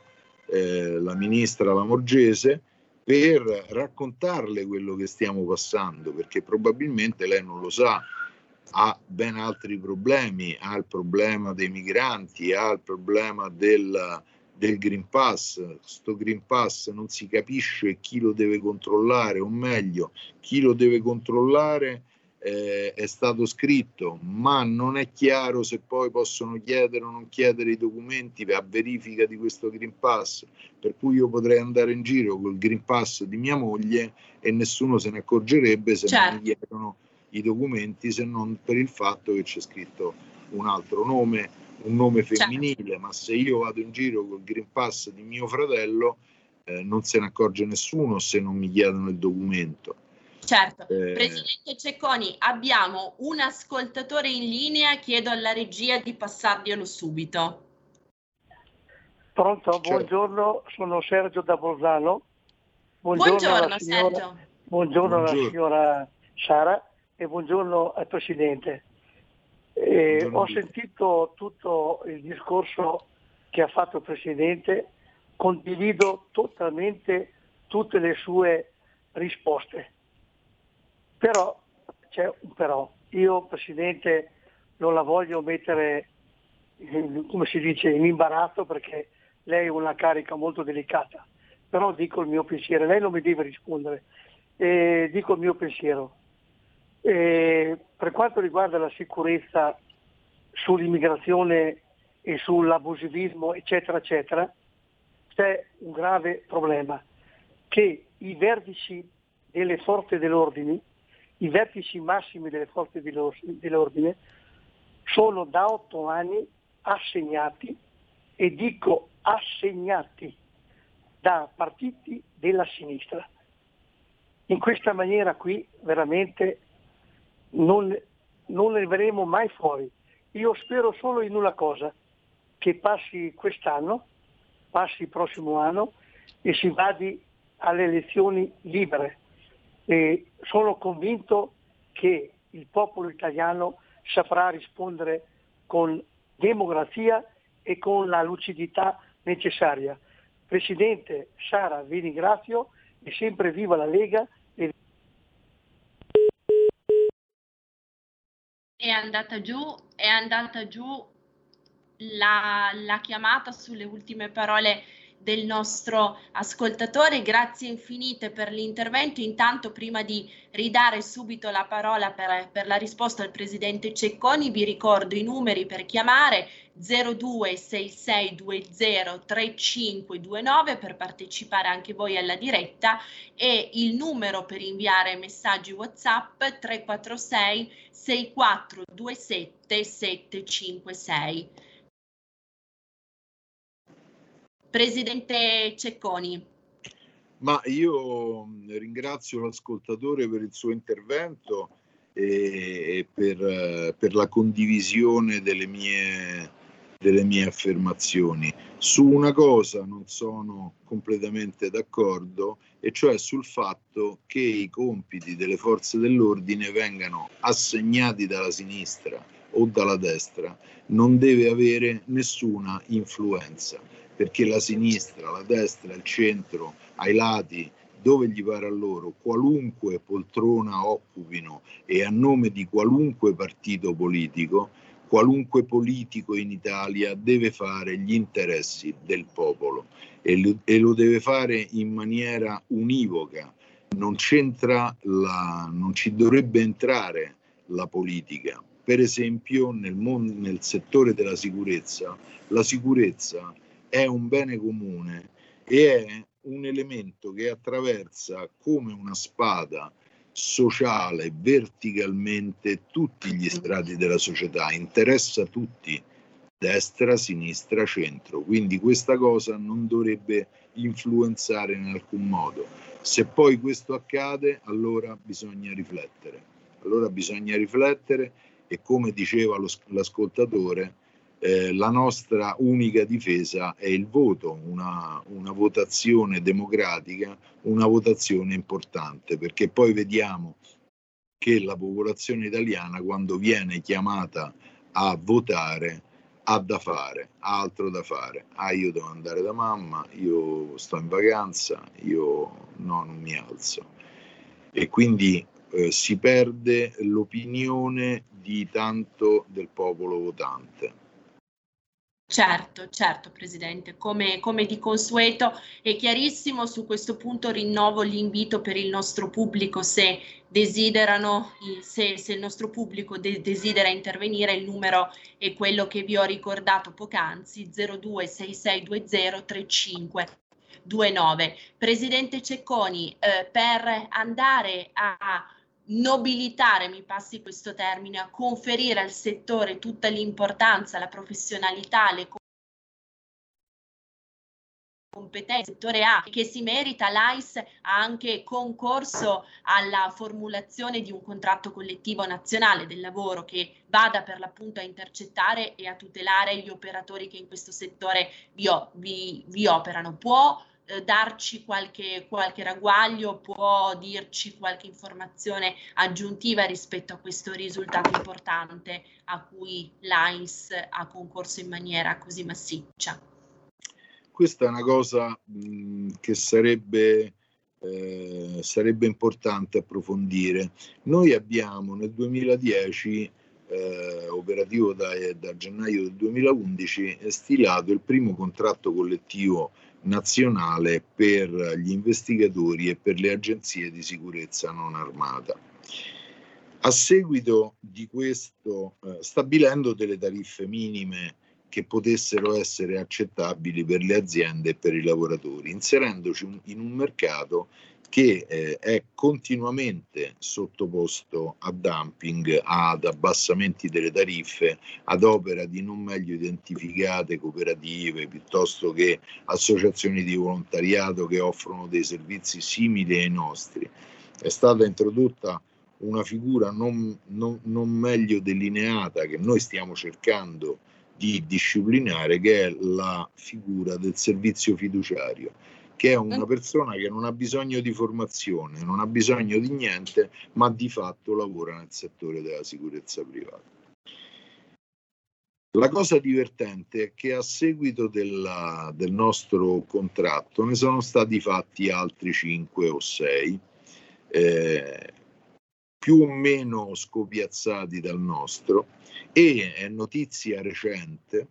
eh, la ministra Lamorgese, per raccontarle quello che stiamo passando, perché probabilmente lei non lo sa, ha ben altri problemi, ha il problema dei migranti, ha il problema del, del Green Pass. Sto Green Pass non si capisce chi lo deve controllare, o meglio, chi lo deve controllare eh, è stato scritto, ma non è chiaro se poi possono chiedere o non chiedere i documenti a verifica di questo Green Pass, per cui io potrei andare in giro col Green Pass di mia moglie e nessuno se ne accorgerebbe se certo. non mi chiedono i documenti, se non per il fatto che c'è scritto un altro nome, un nome femminile, certo. ma se io vado in giro col Green Pass di mio fratello eh, non se ne accorge nessuno se non mi chiedono il documento. Certo, eh... Presidente Cecconi, abbiamo un ascoltatore in linea, chiedo alla regia di passarglielo subito. Pronto, certo. buongiorno, sono Sergio da Bolzano. Buongiorno, buongiorno signora, Sergio. Buongiorno, buongiorno alla signora Sara. E buongiorno al Presidente. Eh, ho sentito tutto il discorso che ha fatto il Presidente, condivido totalmente tutte le sue risposte. Però, c'è un però, io Presidente non la voglio mettere, in, come si dice, in imbarazzo, perché lei è una carica molto delicata, però dico il mio pensiero, lei non mi deve rispondere, eh, dico il mio pensiero. E per quanto riguarda la sicurezza sull'immigrazione e sull'abusivismo eccetera eccetera, c'è un grave problema, che i vertici delle forze dell'ordine, i vertici massimi delle forze dell'ordine sono da otto anni assegnati, e dico assegnati, da partiti della sinistra. In questa maniera qui veramente Non, non ne verremo mai fuori. Io spero solo in una cosa, che passi quest'anno, passi il prossimo anno e si vadi alle elezioni libere. E sono convinto che il popolo italiano saprà rispondere con democrazia e con la lucidità necessaria. Presidente Sara, vi ringrazio e sempre viva la Lega. E È andata giù, è andata giù la, la chiamata sulle ultime parole del nostro ascoltatore. Grazie infinite per l'intervento. Intanto, prima di ridare subito la parola per, per la risposta al Presidente Cecconi, vi ricordo i numeri per chiamare: zero due sei sei due zero tre cinque due nove per partecipare anche voi alla diretta, e il numero per inviare messaggi WhatsApp tre quattro sei sei quattro due sette sette cinque sei. Presidente Cecconi. Ma io ringrazio l'ascoltatore per il suo intervento e per, per la condivisione delle mie, delle mie affermazioni. Su una cosa non sono completamente d'accordo, e cioè sul fatto che i compiti delle forze dell'ordine vengano assegnati dalla sinistra o dalla destra. Non deve avere nessuna influenza, perché la sinistra, la destra, il centro, ai lati, dove gli pare a loro, qualunque poltrona occupino e a nome di qualunque partito politico, qualunque politico in Italia deve fare gli interessi del popolo e lo, e lo deve fare in maniera univoca. Non c'entra la, non ci dovrebbe entrare la politica. Per esempio nel, mondo, nel settore della sicurezza, la sicurezza è un bene comune e è un elemento che attraversa come una spada sociale verticalmente tutti gli strati della società, interessa tutti, destra, sinistra, centro, quindi questa cosa non dovrebbe influenzare in alcun modo. Se poi questo accade, allora bisogna riflettere, allora bisogna riflettere e, come diceva lo, l'ascoltatore, Eh, la nostra unica difesa è il voto, una, una votazione democratica, una votazione importante, perché poi vediamo che la popolazione italiana, quando viene chiamata a votare, ha da fare, ha altro da fare. Ah, io devo andare da mamma, io sto in vacanza, io no, non mi alzo. E quindi eh, si perde l'opinione di tanto del popolo votante. Certo, certo Presidente, come, come di consueto è chiarissimo. Su questo punto rinnovo l'invito per il nostro pubblico, se desiderano, se, se il nostro pubblico de- desidera intervenire, il numero è quello che vi ho ricordato poc'anzi, zero due sei sei due zero tre cinque due nove. Presidente Cecconi, eh, per andare a nobilitare, mi passi questo termine, a conferire al settore tutta l'importanza, la professionalità, le competenze, settore A, che si merita, l'A I S ha anche concorso alla formulazione di un contratto collettivo nazionale del lavoro che vada per l'appunto a intercettare e a tutelare gli operatori che in questo settore vi, vi, vi operano. Può darci qualche, qualche ragguaglio, può dirci qualche informazione aggiuntiva rispetto a questo risultato importante a cui l'A I S ha concorso in maniera così massiccia? Questa è una cosa mh, che sarebbe, eh, sarebbe importante approfondire. Noi abbiamo nel duemiladieci, eh, operativo da, da gennaio del duemilaundici, stilato il primo contratto collettivo nazionale per gli investigatori e per le agenzie di sicurezza non armata. A seguito di questo, eh, stabilendo delle tariffe minime che potessero essere accettabili per le aziende e per i lavoratori, inserendoci un, in un mercato che eh, è continuamente sottoposto a dumping, ad abbassamenti delle tariffe, ad opera di non meglio identificate cooperative piuttosto che associazioni di volontariato che offrono dei servizi simili ai nostri. È stata introdotta una figura non, non, non meglio delineata che noi stiamo cercando di disciplinare, che è la figura del servizio fiduciario, che è una persona che non ha bisogno di formazione, non ha bisogno di niente, ma di fatto lavora nel settore della sicurezza privata. La cosa divertente è che a seguito della, del nostro contratto ne sono stati fatti altri cinque o sei, eh, più o meno scopiazzati dal nostro, e è notizia recente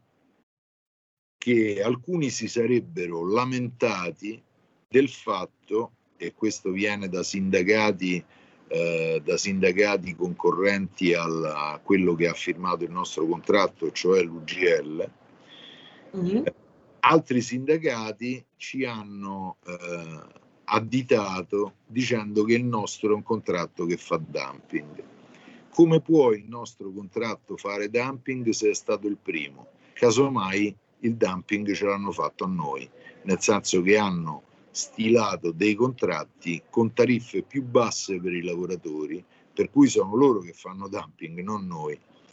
che alcuni si sarebbero lamentati del fatto, e questo viene da sindacati, eh, da sindacati concorrenti al, a quello che ha firmato il nostro contratto, cioè l'U G L, mm-hmm. eh, altri sindacati ci hanno eh, additato dicendo che il nostro è un contratto che fa dumping. Come può il nostro contratto fare dumping se è stato il primo? Casomai il dumping ce l'hanno fatto a noi, nel senso che hanno stilato dei contratti con tariffe più basse per i lavoratori, per cui sono loro che fanno dumping, non noi.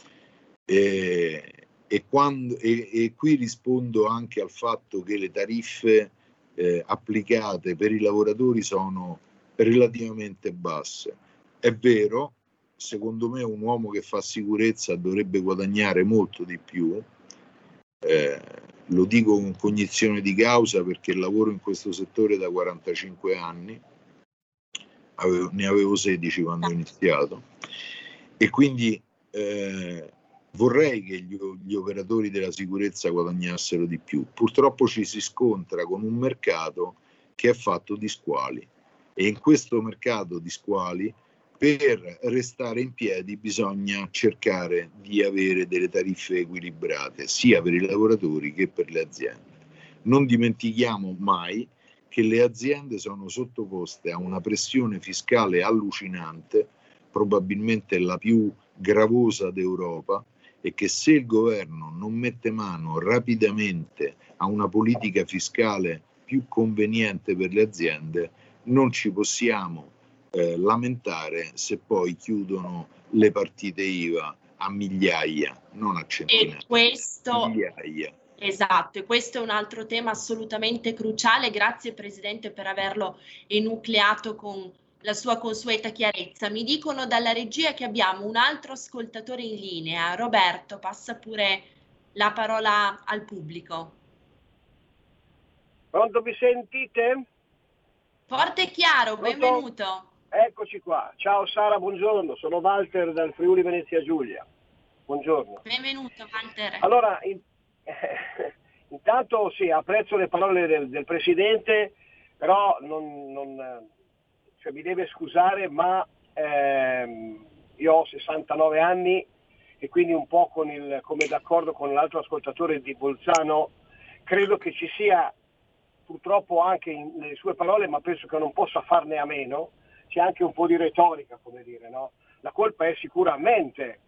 E, e, quando, e, e qui rispondo anche al fatto che le tariffe eh, applicate per i lavoratori sono relativamente basse. È vero, secondo me un uomo che fa sicurezza dovrebbe guadagnare molto di più, eh, lo dico con cognizione di causa perché lavoro in questo settore da quarantacinque anni, avevo, ne avevo sedici quando ho iniziato, e quindi eh, vorrei che gli, gli operatori della sicurezza guadagnassero di più. Purtroppo ci si scontra con un mercato che è fatto di squali, e in questo mercato di squali, per restare in piedi bisogna cercare di avere delle tariffe equilibrate sia per i lavoratori che per le aziende. Non dimentichiamo mai che le aziende sono sottoposte a una pressione fiscale allucinante, probabilmente la più gravosa d'Europa, e che se il governo non mette mano rapidamente a una politica fiscale più conveniente per le aziende, non ci possiamo Eh, lamentare se poi chiudono le partite I V A a migliaia, non a centinaia. E questo, migliaia. Esatto, e questo è un altro tema assolutamente cruciale. Grazie Presidente per averlo enucleato con la sua consueta chiarezza. Mi dicono dalla regia che abbiamo un altro ascoltatore in linea. Roberto, passa pure la parola al pubblico. Pronto, mi sentite? Forte e chiaro, Pronto? benvenuto. Eccoci qua. Ciao Sara, buongiorno. Sono Walter dal Friuli Venezia Giulia. Buongiorno. Benvenuto Walter. Allora, in, eh, intanto sì, apprezzo le parole del, del Presidente, però non, non, cioè, mi deve scusare, ma ehm, io ho sessantanove anni e quindi un po' con il, come d'accordo con l'altro ascoltatore di Bolzano, credo che ci sia purtroppo anche in, nelle sue parole, ma penso che non possa farne a meno, c'è anche un po' di retorica, come dire, no? La colpa è sicuramente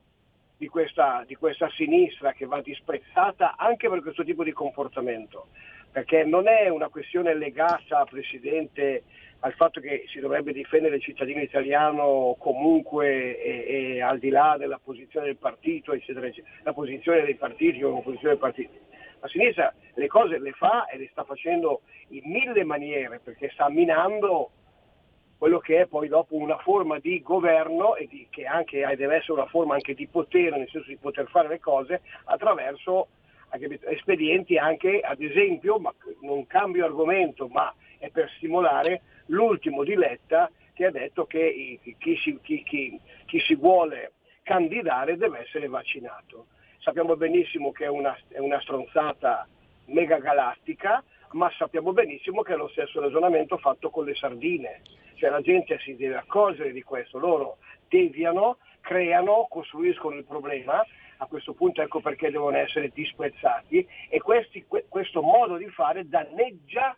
di questa, di questa sinistra che va disprezzata anche per questo tipo di comportamento, perché non è una questione legata, Presidente, al fatto che si dovrebbe difendere il cittadino italiano comunque e, e al di là della posizione del partito, eccetera, eccetera, la posizione dei partiti o la posizione dei partiti. La sinistra le cose le fa e le sta facendo in mille maniere, perché sta minando quello che è poi dopo una forma di governo e di, che anche deve essere una forma anche di potere, nel senso di poter fare le cose attraverso anche espedienti anche, ad esempio, ma non cambio argomento, ma è per stimolare l'ultimo di Letta, che ha detto che chi si, chi, chi, chi si vuole candidare deve essere vaccinato. Sappiamo benissimo che è una, è una stronzata mega galattica, ma sappiamo benissimo che è lo stesso ragionamento fatto con le sardine. Cioè la gente si deve accorgere di questo, loro deviano, creano, costruiscono il problema, a questo punto ecco perché devono essere disprezzati e questi, questo modo di fare danneggia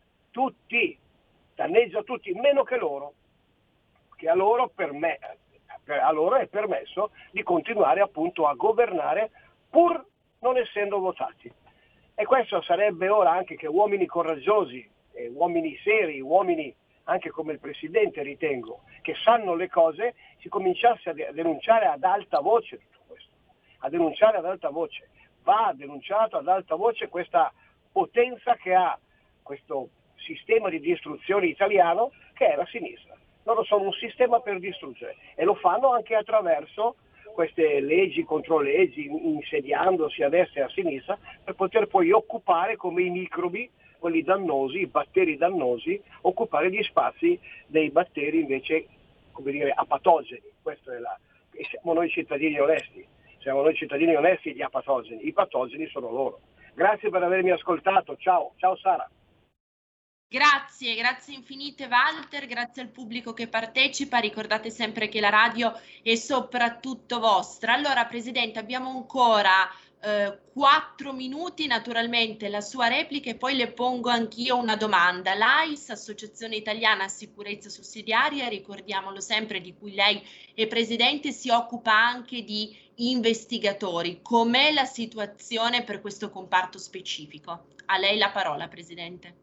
tutti, danneggia tutti, meno che loro, che a loro, per me, a loro è permesso di continuare appunto a governare pur non essendo votati. E questo sarebbe ora anche che uomini coraggiosi, eh, uomini seri, uomini anche come il Presidente ritengo, che sanno le cose, si cominciasse a denunciare ad alta voce tutto questo, a denunciare ad alta voce. Va denunciato ad alta voce questa potenza che ha questo sistema di distruzione italiano che è la sinistra. Loro sono un sistema per distruggere e lo fanno anche attraverso queste leggi contro leggi, insediandosi a destra e a sinistra per poter poi occupare come i microbi, quelli dannosi, i batteri dannosi, occupare gli spazi dei batteri invece, come dire, apatogeni. Questo è la, e siamo noi cittadini onesti, siamo noi cittadini onesti gli apatogeni, i patogeni sono loro. Grazie per avermi ascoltato, ciao, ciao Sara. Grazie, grazie infinite Walter, grazie al pubblico che partecipa, ricordate sempre che la radio è soprattutto vostra. Allora Presidente, abbiamo ancora eh, quattro minuti, naturalmente la sua replica e poi le pongo anch'io una domanda. L'A I S, Associazione Italiana Sicurezza Sussidiaria, ricordiamolo sempre, di cui lei è Presidente, si occupa anche di investigatori. Com'è la situazione per questo comparto specifico? A lei la parola, Presidente.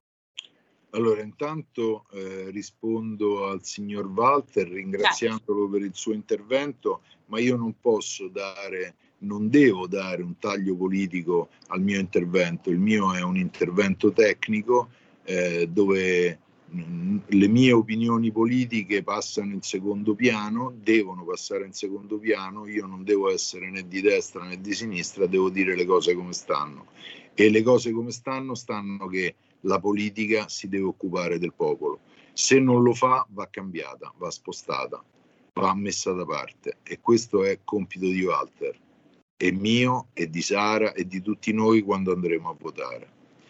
Allora, intanto eh, rispondo al signor Walter ringraziandolo per il suo intervento, ma io non posso dare, non devo dare un taglio politico al mio intervento. Il mio è un intervento tecnico eh, dove mh, le mie opinioni politiche passano in secondo piano, devono passare in secondo piano. Io non devo essere né di destra né di sinistra, devo dire le cose come stanno. E le cose come stanno stanno che la politica si deve occupare del popolo. Se non lo fa, va cambiata, va spostata, va messa da parte. E questo è compito di Walter, e mio, e di Sara, e di tutti noi quando andremo a votare.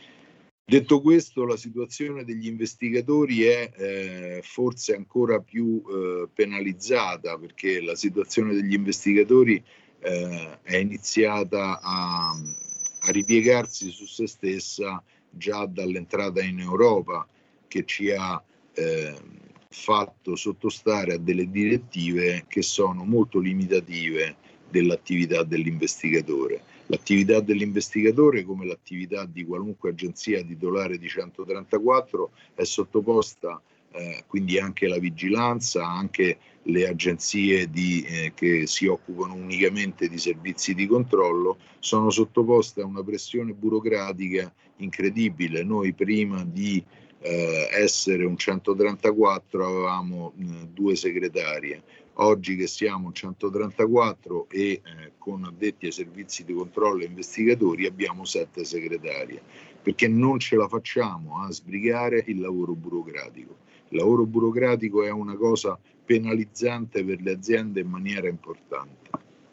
Detto questo, la situazione degli investigatori è eh, forse ancora più eh, penalizzata, perché la situazione degli investigatori eh, è iniziata a, a ripiegarsi su se stessa già dall'entrata in Europa, che ci ha eh, fatto sottostare a delle direttive che sono molto limitative dell'attività dell'investigatore. L'attività dell'investigatore, come l'attività di qualunque agenzia titolare di centotrentaquattro, è sottoposta, eh, quindi anche la vigilanza, anche le agenzie di, eh, che si occupano unicamente di servizi di controllo, sono sottoposte a una pressione burocratica incredibile. Noi prima di eh, essere un centotrentaquattro avevamo mh, due segretarie, Oggi che siamo centotrentaquattro e eh, con addetti ai servizi di controllo e investigatori abbiamo sette segretarie, perché non ce la facciamo a sbrigare il lavoro burocratico. Il lavoro burocratico è una cosa penalizzante per le aziende in maniera importante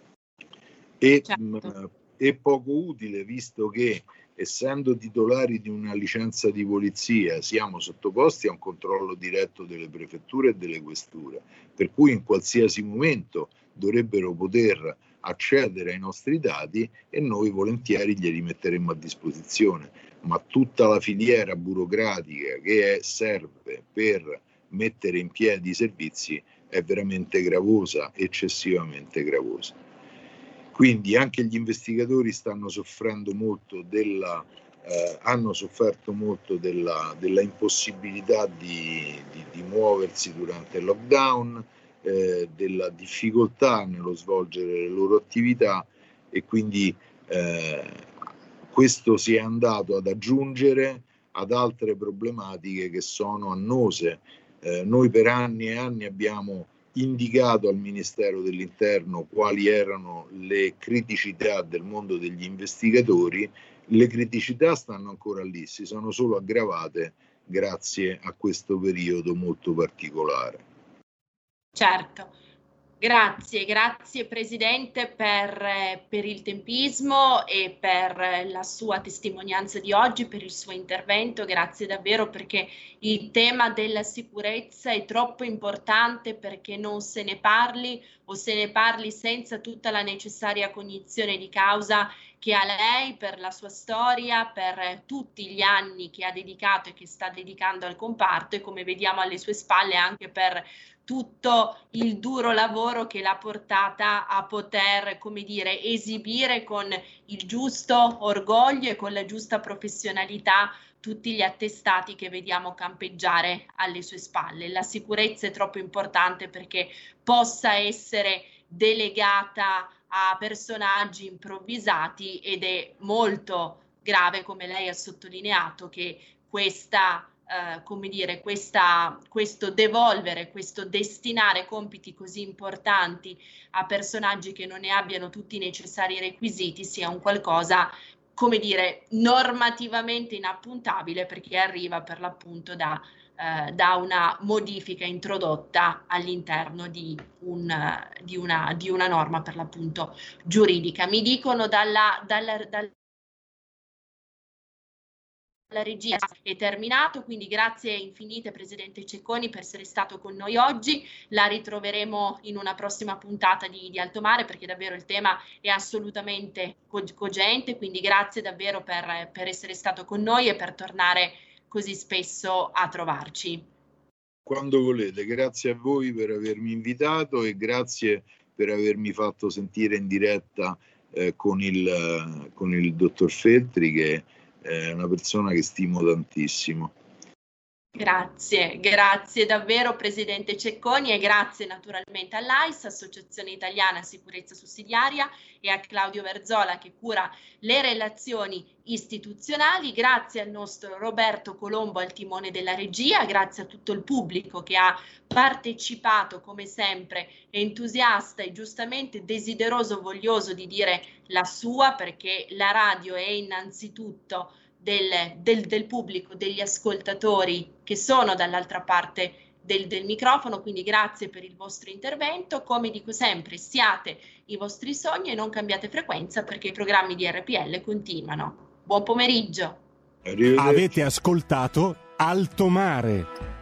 e, certo. mh, e poco utile, visto che essendo titolari di una licenza di polizia siamo sottoposti a un controllo diretto delle prefetture e delle questure, per cui in qualsiasi momento dovrebbero poter accedere ai nostri dati e noi volentieri glieli metteremo a disposizione, ma tutta la filiera burocratica che è, serve per mettere in piedi i servizi è veramente gravosa, eccessivamente gravosa. Quindi anche gli investigatori stanno soffrendo molto della, eh, hanno sofferto molto della, della impossibilità di, di, di muoversi durante il lockdown, eh, della difficoltà nello svolgere le loro attività e quindi eh, questo si è andato ad aggiungere ad altre problematiche che sono annose. Eh, noi per anni e anni abbiamo indicato al Ministero dell'Interno quali erano le criticità del mondo degli investigatori. Le criticità stanno ancora lì, si sono solo aggravate grazie a questo periodo molto particolare. Certo, grazie, grazie Presidente per, per il tempismo e per la sua testimonianza di oggi, per il suo intervento, grazie davvero, perché il tema della sicurezza è troppo importante perché non se ne parli o se ne parli senza tutta la necessaria cognizione di causa che ha lei per la sua storia, per tutti gli anni che ha dedicato e che sta dedicando al comparto e come vediamo alle sue spalle anche per tutto il duro lavoro che l'ha portata a poter, come dire, esibire con il giusto orgoglio e con la giusta professionalità tutti gli attestati che vediamo campeggiare alle sue spalle. La sicurezza è troppo importante perché possa essere delegata a personaggi improvvisati ed è molto grave, come lei ha sottolineato, che questa Uh, come dire, questa, questo devolvere, questo destinare compiti così importanti a personaggi che non ne abbiano tutti i necessari requisiti sia un qualcosa, come dire, normativamente inappuntabile perché arriva per l'appunto da, uh, da una modifica introdotta all'interno di, un, uh, di, una, di una norma per l'appunto giuridica. Mi dicono dalla, dalla, dalla La regia è terminato, quindi grazie infinite Presidente Cecconi per essere stato con noi oggi. La ritroveremo in una prossima puntata di, di Alto Mare perché davvero il tema è assolutamente cogente, quindi grazie davvero per, per essere stato con noi e per tornare così spesso a trovarci. Quando volete, grazie a voi per avermi invitato e grazie per avermi fatto sentire in diretta eh, con, il, con il dottor Feltri, che è una persona che stimo tantissimo. Grazie, grazie davvero Presidente Cecconi e grazie naturalmente all'A I S, Associazione Italiana Sicurezza Sussidiaria, e a Claudio Verzola che cura le relazioni istituzionali, grazie al nostro Roberto Colombo al timone della regia, grazie a tutto il pubblico che ha partecipato come sempre entusiasta e giustamente desideroso, voglioso di dire la sua, perché la radio è innanzitutto Del, del, del pubblico, degli ascoltatori che sono dall'altra parte del, del microfono, quindi grazie per il vostro intervento. Come dico sempre, siate i vostri sogni e non cambiate frequenza perché i programmi di R P L continuano. Buon pomeriggio. Avete ascoltato Alto Mare.